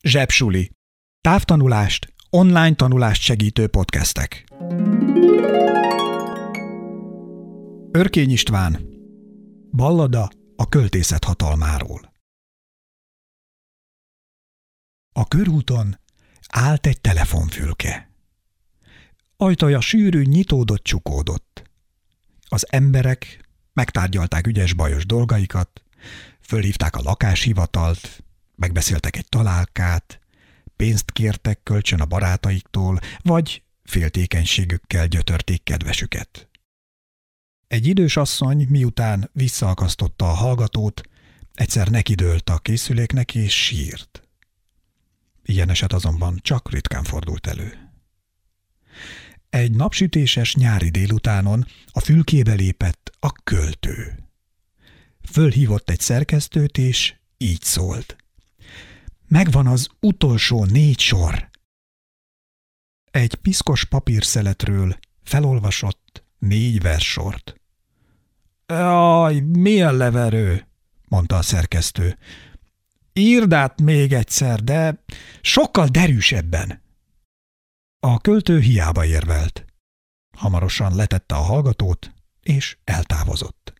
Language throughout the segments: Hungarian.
Zsebsuli. Távtanulást, online tanulást segítő podcastek. Örkény István. Ballada a költészet hatalmáról. A körúton állt egy telefonfülke. Ajtaja sűrűn nyitódott-csukódott. Az emberek megtárgyalták ügyes-bajos dolgaikat, fölhívták a lakáshivatalt, megbeszéltek egy találkát, pénzt kértek kölcsön a barátaiktól, vagy féltékenységükkel gyötörték kedvesüket. Egy idős asszony, miután visszaakasztotta a hallgatót, egyszer nekidőlt a készüléknek és sírt. Ilyen eset azonban csak ritkán fordult elő. Egy napsütéses nyári délutánon a fülkébe lépett a költő. Fölhívott egy szerkesztőt, és így szólt. Megvan az utolsó 4 sor. Egy piszkos papírszeletről felolvasott 4 verssort. Jaj, milyen leverő, mondta a szerkesztő. Írd át még egyszer, de sokkal derűsebben. A költő hiába érvelt. Hamarosan letette a hallgatót, és eltávozott.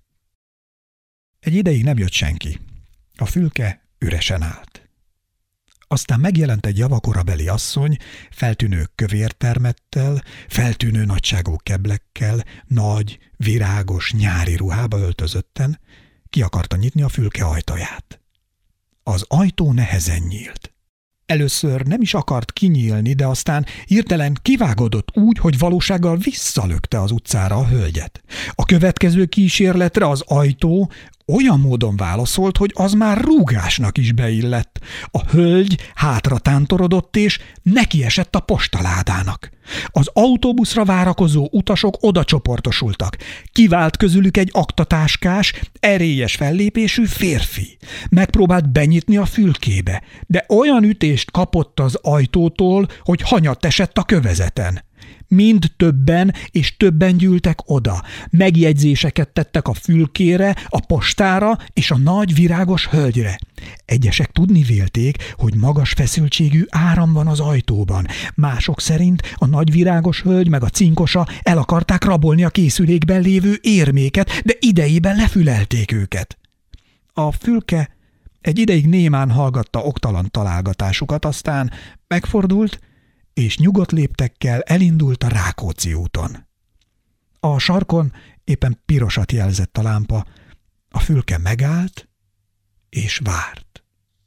Egy ideig nem jött senki. A fülke üresen állt. Aztán megjelent egy javakorabeli asszony, feltűnő kövértermettel, feltűnő nagyságú keblekkel, nagy, virágos, nyári ruhába öltözötten, ki akarta nyitni a fülke ajtaját. Az ajtó nehezen nyílt. Először nem is akart kinyílni, de aztán hirtelen kivágódott úgy, hogy valósággal visszalökte az utcára a hölgyet. A következő kísérletre az ajtó olyan módon válaszolt, hogy az már rúgásnak is beillett. A hölgy hátra tántorodott, és nekiesett a postaládának. Az autóbuszra várakozó utasok oda csoportosultak. Kivált közülük egy aktatáskás, erélyes fellépésű férfi. Megpróbált benyitni a fülkébe, de olyan ütést kapott az ajtótól, hogy hanyatt esett a kövezeten. Mind többen és többen gyűltek oda. Megjegyzéseket tettek a fülkére, a postára és a nagy virágos hölgyre. Egyesek tudni vélték, hogy magas feszültségű áram van az ajtóban. Mások szerint a nagy virágos hölgy meg a cinkosa el akarták rabolni a készülékben lévő érméket, de idejében lefülelték őket. A fülke egy ideig némán hallgatta oktalan találgatásukat, aztán megfordult, és nyugodt léptekkel elindult a Rákóczi úton. A sarkon éppen pirosat jelzett a lámpa, a fülke megállt, és várt.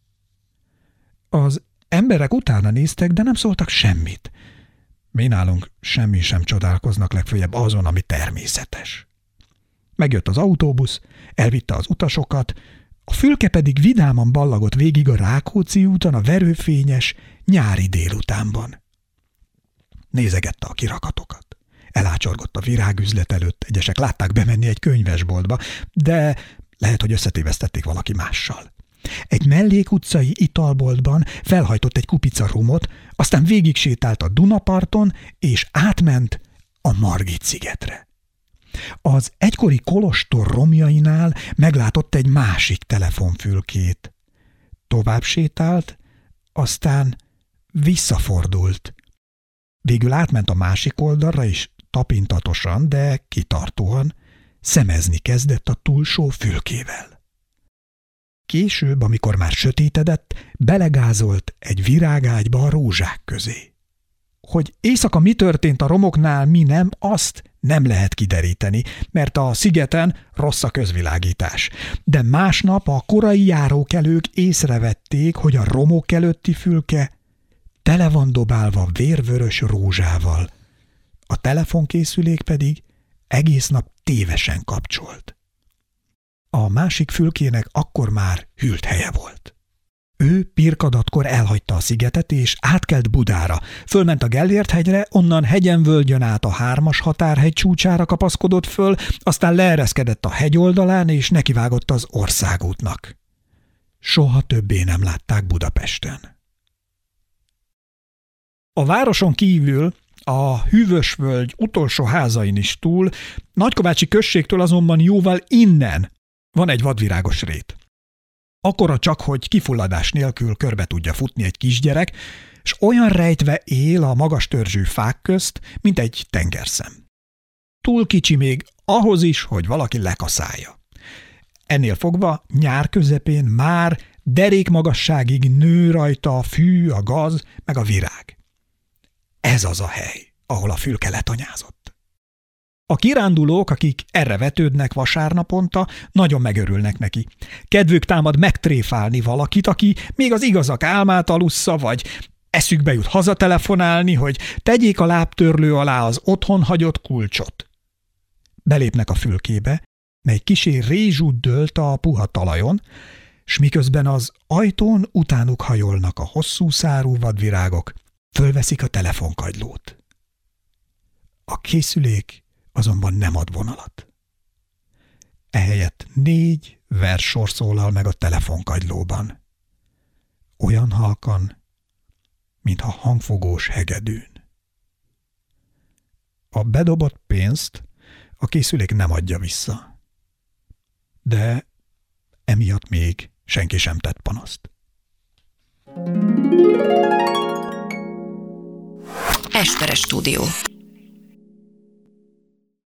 Az emberek utána néztek, de nem szóltak semmit. Mi nálunk semmi sem csodálkoznak, legfeljebb azon, ami természetes. Megjött az autóbusz, elvitte az utasokat, a fülke pedig vidáman ballagott végig a Rákóczi úton a verőfényes, nyári délutánban. Nézegette a kirakatokat. Elácsorgott a virágüzlet előtt, egyesek látták bemenni egy könyvesboltba, de lehet, hogy összetévesztették valaki mással. Egy mellékutcai italboltban felhajtott egy kupica rumot, aztán végig sétált a Dunaparton, és átment a Margit-szigetre. Az egykori kolostor romjainál meglátott egy másik telefonfülkét. Tovább sétált, aztán visszafordult. Végül átment a másik oldalra, és tapintatosan, de kitartóan szemezni kezdett a túlsó fülkével. Később, amikor már sötétedett, belegázolt egy virágágyba a rózsák közé. Hogy éjszaka mi történt a romoknál, mi nem, azt nem lehet kideríteni, mert a szigeten rossz a közvilágítás. De másnap a korai járókelők észrevették, hogy a romok előtti fülke tele van dobálva vérvörös rózsával, a telefonkészülék pedig egész nap tévesen kapcsolt. A másik fülkének akkor már hűlt helye volt. Ő pirkadatkor elhagyta a szigetet, és átkelt Budára. Fölment a Gellért-hegyre, onnan hegyen-völgyön át a 3-as határhegy csúcsára kapaszkodott föl, aztán leereszkedett a hegy oldalán, és nekivágott az országútnak. Soha többé nem látták Budapesten. A városon kívül, a Hűvösvölgy utolsó házain is túl, Nagykovácsi községtől azonban jóval innen van egy vadvirágos rét. Akkora csak, hogy kifulladás nélkül körbe tudja futni egy kisgyerek, s olyan rejtve él a magas törzsű fák közt, mint egy tengerszem. Túl kicsi még ahhoz is, hogy valaki lekaszálja. Ennél fogva nyár közepén már derékmagasságig nő rajta a fű, a gaz, meg a virág. Ez az a hely, ahol a fülke letanyázott. A kirándulók, akik erre vetődnek vasárnaponta, nagyon megörülnek neki. Kedvük támad megtréfálni valakit, aki még az igazak álmát alussza, vagy eszükbe jut hazatelefonálni, hogy tegyék a lábtörlő alá az otthon hagyott kulcsot. Belépnek a fülkébe, mely kisé rézsút dőlt a puha talajon, s miközben az ajtón utánuk hajolnak a hosszú szárú vadvirágok, fölveszik a telefonkagylót. A készülék azonban nem ad vonalat. Ehelyett 4 verssor szólal meg a telefonkagylóban. Olyan halkan, mintha hangfogós hegedűn. A bedobott pénzt a készülék nem adja vissza. De emiatt még senki sem tett panaszt. Esperes stúdió.